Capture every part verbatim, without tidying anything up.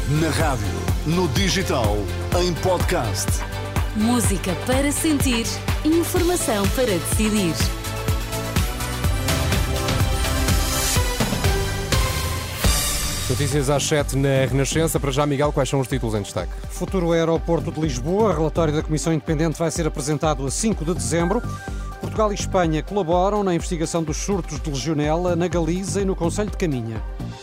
Na rádio, no digital, em podcast. Música para sentir, informação para decidir. Notícias às sete na Renascença. Para já, Miguel, quais são os títulos em destaque? Futuro Aeroporto de Lisboa. Relatório da Comissão Independente vai ser apresentado a cinco de dezembro. Portugal e Espanha colaboram na investigação dos surtos de legionela na Galiza e no concelho de Caminha.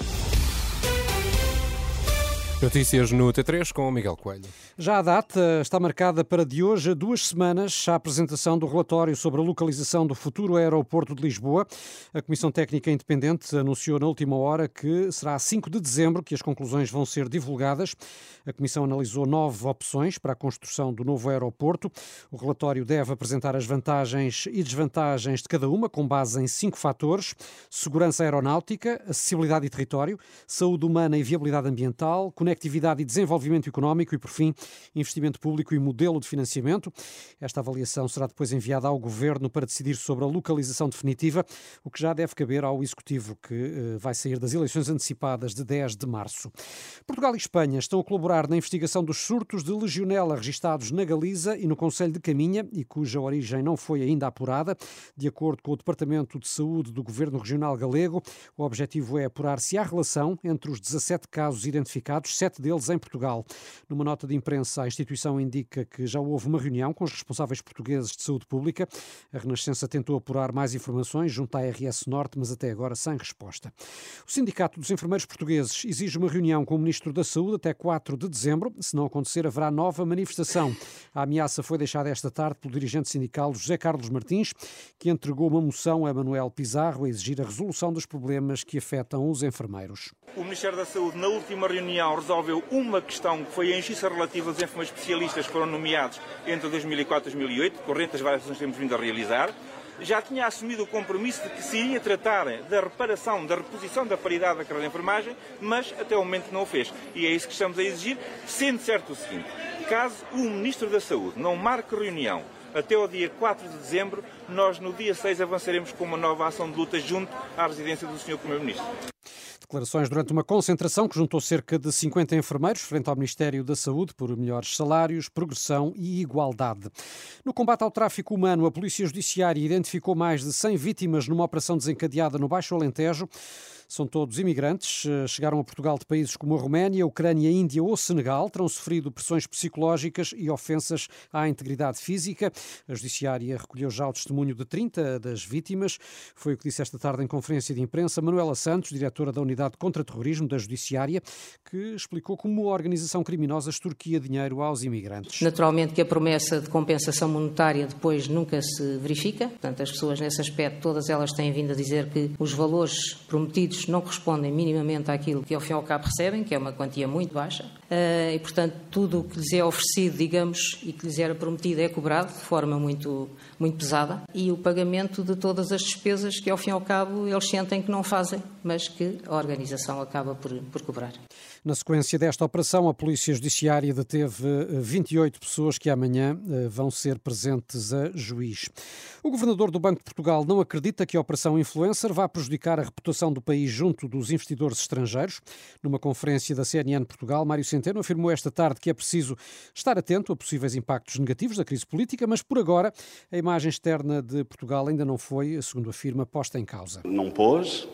Notícias no T três com o Miguel Coelho. Já a data está marcada para de hoje a duas semanas a apresentação do relatório sobre a localização do futuro aeroporto de Lisboa. A Comissão Técnica Independente anunciou na última hora que será a cinco de dezembro que as conclusões vão ser divulgadas. A Comissão analisou nove opções para a construção do novo aeroporto. O relatório deve apresentar as vantagens e desvantagens de cada uma, com base em cinco fatores: segurança aeronáutica, acessibilidade e território, saúde humana e viabilidade ambiental, conectividade e desenvolvimento económico e, por fim, investimento público e modelo de financiamento. Esta avaliação será depois enviada ao Governo para decidir sobre a localização definitiva, o que já deve caber ao Executivo, que uh, vai sair das eleições antecipadas de dez de março. Portugal e Espanha estão a colaborar na investigação dos surtos de legionela registados na Galiza e no concelho de Caminha e cuja origem não foi ainda apurada. De acordo com o Departamento de Saúde do Governo Regional Galego, o objetivo é apurar se há relação entre os dezassete casos identificados, sete deles em Portugal. Numa nota de imprensa, a instituição indica que já houve uma reunião com os responsáveis portugueses de saúde pública. A Renascença tentou apurar mais informações junto à R S Norte, mas até agora sem resposta. O Sindicato dos Enfermeiros Portugueses exige uma reunião com o Ministro da Saúde até quatro de dezembro. Se não acontecer, haverá nova manifestação. A ameaça foi deixada esta tarde pelo dirigente sindical José Carlos Martins, que entregou uma moção a Manuel Pizarro a exigir a resolução dos problemas que afetam os enfermeiros. O Ministério da Saúde, na última reunião, resolveu uma questão que foi a injustiça relativa aos enfermeiros especialistas que foram nomeados entre dois mil e quatro e dois mil e oito, corrente das várias ações que temos vindo a realizar. Já tinha assumido o compromisso de que se iria tratar da reparação, da reposição da paridade da carreira de enfermagem, mas até o momento não o fez. E é isso que estamos a exigir, sendo certo o seguinte: caso o Ministro da Saúde não marque reunião até ao dia quatro de dezembro, nós no dia seis avançaremos com uma nova ação de luta junto à residência do senhor Primeiro-Ministro. Declarações durante uma concentração que juntou cerca de cinquenta enfermeiros frente ao Ministério da Saúde por melhores salários, progressão e igualdade. No combate ao tráfico humano, a Polícia Judiciária identificou mais de cem vítimas numa operação desencadeada no Baixo Alentejo. São todos imigrantes, chegaram a Portugal de países como a Roménia, a Ucrânia, a Índia ou o Senegal, terão sofrido pressões psicológicas e ofensas à integridade física. A Judiciária recolheu já o testemunho de trinta das vítimas. Foi o que disse esta tarde em conferência de imprensa Manuela Santos, diretora da Unidade de Contra-Terrorismo da Judiciária, que explicou como a organização criminosa extorquia dinheiro aos imigrantes. Naturalmente que a promessa de compensação monetária depois nunca se verifica. Portanto, as pessoas nesse aspecto, todas elas têm vindo a dizer que os valores prometidos não correspondem minimamente àquilo que ao fim e ao cabo recebem, que é uma quantia muito baixa, e portanto tudo o que lhes é oferecido, digamos, e que lhes era prometido é cobrado de forma muito, muito pesada, e o pagamento de todas as despesas que ao fim e ao cabo eles sentem que não fazem, mas que a organização acaba por, por cobrar. Na sequência desta operação, a Polícia Judiciária deteve vinte e oito pessoas que amanhã vão ser presentes a juiz. O governador do Banco de Portugal não acredita que a Operação Influencer vá prejudicar a reputação do país junto dos investidores estrangeiros. Numa conferência da C N N Portugal, Mário Centeno afirmou esta tarde que é preciso estar atento a possíveis impactos negativos da crise política, mas por agora a imagem externa de Portugal ainda não foi, segundo afirma, posta em causa. Não pôs,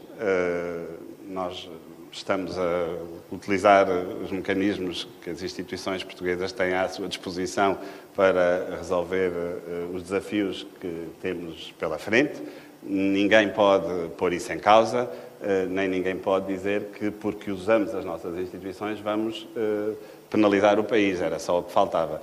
uh, nós estamos a utilizar os mecanismos que as instituições portuguesas têm à sua disposição para resolver uh, os desafios que temos pela frente. Ninguém pode pôr isso em causa, uh, nem ninguém pode dizer que porque usamos as nossas instituições vamos uh, penalizar o país, era só o que faltava.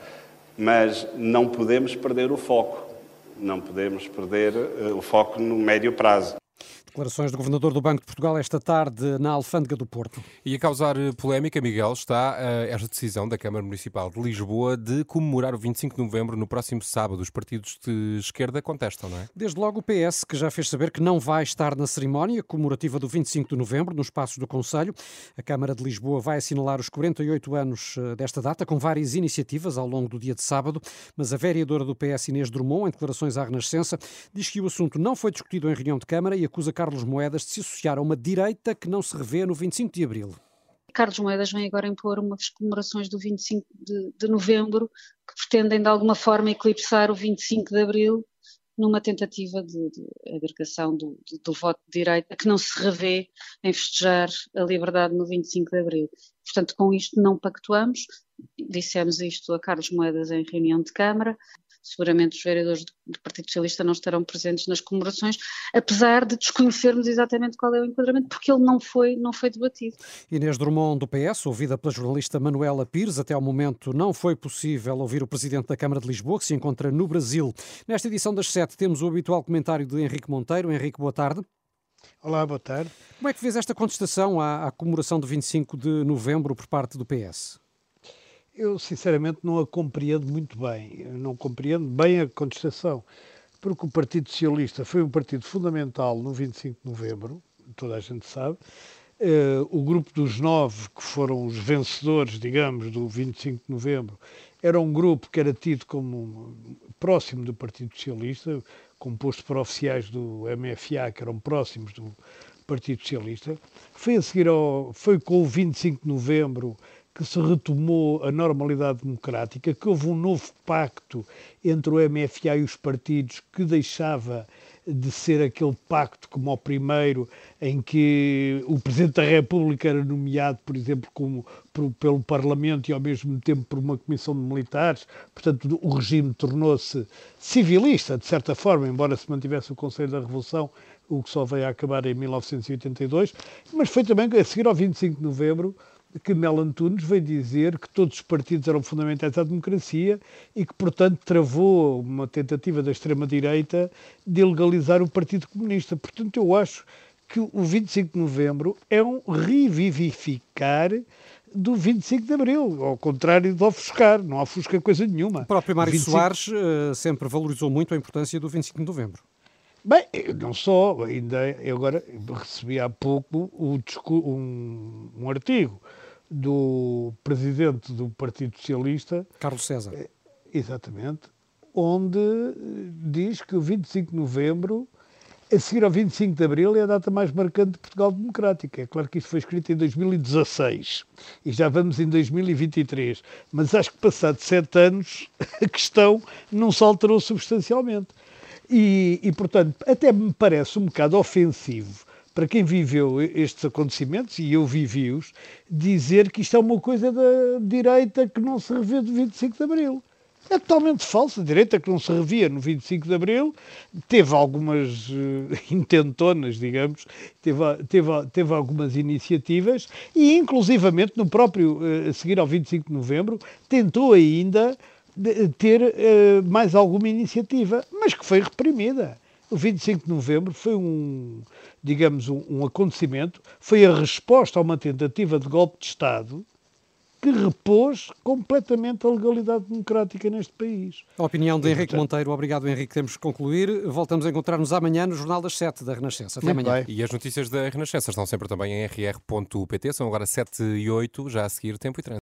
Mas não podemos perder o foco, não podemos perder uh, o foco no médio prazo. Declarações do governador do Banco de Portugal esta tarde na Alfândega do Porto. E a causar polémica, Miguel, está uh, esta decisão da Câmara Municipal de Lisboa de comemorar o vinte e cinco de novembro no próximo sábado. Os partidos de esquerda contestam, não é? Desde logo o P S, que já fez saber que não vai estar na cerimónia comemorativa do vinte e cinco de novembro, nos Passos do Conselho. A Câmara de Lisboa vai assinalar os quarenta e oito anos desta data, com várias iniciativas ao longo do dia de sábado, mas a vereadora do P S, Inês Drummond, em declarações à Renascença, diz que o assunto não foi discutido em reunião de Câmara e acusa Carlos Moedas de se associar a uma direita que não se revê no vinte e cinco de abril. Carlos Moedas vem agora impor umas comemorações do vinte e cinco de, de novembro que pretendem de alguma forma eclipsar o vinte e cinco de abril numa tentativa de, de agregação do, do, do voto de direita que não se revê em festejar a liberdade no vinte e cinco de abril. Portanto, com isto não pactuamos, dissemos isto a Carlos Moedas em reunião de Câmara. Seguramente os vereadores do Partido Socialista não estarão presentes nas comemorações, apesar de desconhecermos exatamente qual é o enquadramento, porque ele não foi, não foi debatido. Inês Drummond, do P S, ouvida pela jornalista Manuela Pires. Até ao momento não foi possível ouvir o Presidente da Câmara de Lisboa, que se encontra no Brasil. Nesta edição das sete temos o habitual comentário de Henrique Monteiro. Henrique, boa tarde. Olá, boa tarde. Como é que vês esta contestação à, à comemoração do vinte e cinco de novembro por parte do P S? Eu, sinceramente, não a compreendo muito bem. Eu não compreendo bem a contestação, porque o Partido Socialista foi um partido fundamental no vinte e cinco de novembro, toda a gente sabe. Uh, o grupo dos nove, que foram os vencedores, digamos, do vinte e cinco de novembro, era um grupo que era tido como próximo do Partido Socialista, composto por oficiais do M F A, que eram próximos do Partido Socialista. Foi a seguir ao, foi com o vinte e cinco de novembro que se retomou a normalidade democrática, que houve um novo pacto entre o M F A e os partidos que deixava de ser aquele pacto como o primeiro, em que o Presidente da República era nomeado, por exemplo, como, por, pelo Parlamento e ao mesmo tempo por uma comissão de militares. Portanto, o regime tornou-se civilista, de certa forma, embora se mantivesse o Conselho da Revolução, o que só veio a acabar em mil novecentos e oitenta e dois. Mas foi também a seguir ao vinte e cinco de novembro que Melo Antunes veio dizer que todos os partidos eram fundamentais à democracia e que, portanto, travou uma tentativa da extrema-direita de legalizar o Partido Comunista. Portanto, eu acho que o vinte e cinco de novembro é um revivificar do vinte e cinco de abril, ao contrário de ofuscar. Não ofusca coisa nenhuma. O próprio Mário vinte e cinco... Soares uh, sempre valorizou muito a importância do vinte e cinco de novembro. Bem, não só, ainda eu agora recebi há pouco um, um, um artigo do presidente do Partido Socialista, Carlos César. Exatamente, onde diz que o vinte e cinco de novembro, a seguir ao vinte e cinco de abril, é a data mais marcante de Portugal Democrático. É claro que isto foi escrito em dois mil e dezasseis e já vamos em dois mil e vinte e três, mas acho que passados sete anos a questão não se alterou substancialmente. E, e, portanto, até me parece um bocado ofensivo para quem viveu estes acontecimentos, e eu vivi-os, dizer que isto é uma coisa da direita que não se revê do vinte e cinco de abril. É totalmente falso. A direita que não se revia no vinte e cinco de abril teve algumas uh, intentonas, digamos, teve, teve, teve algumas iniciativas e, inclusivamente, no próprio, uh, a seguir ao vinte e cinco de novembro, tentou ainda de ter uh, mais alguma iniciativa, mas que foi reprimida. O vinte e cinco de novembro foi um, digamos, um, um acontecimento, foi a resposta a uma tentativa de golpe de Estado que repôs completamente a legalidade democrática neste país. A opinião de Henrique Monteiro. Obrigado, Henrique. Temos que concluir. Voltamos a encontrar-nos amanhã no Jornal das sete da Renascença. Até Muito amanhã. bem. E as notícias da Renascença estão sempre também em r r ponto p t. São agora sete e oito, já a seguir Tempo e Trânsito.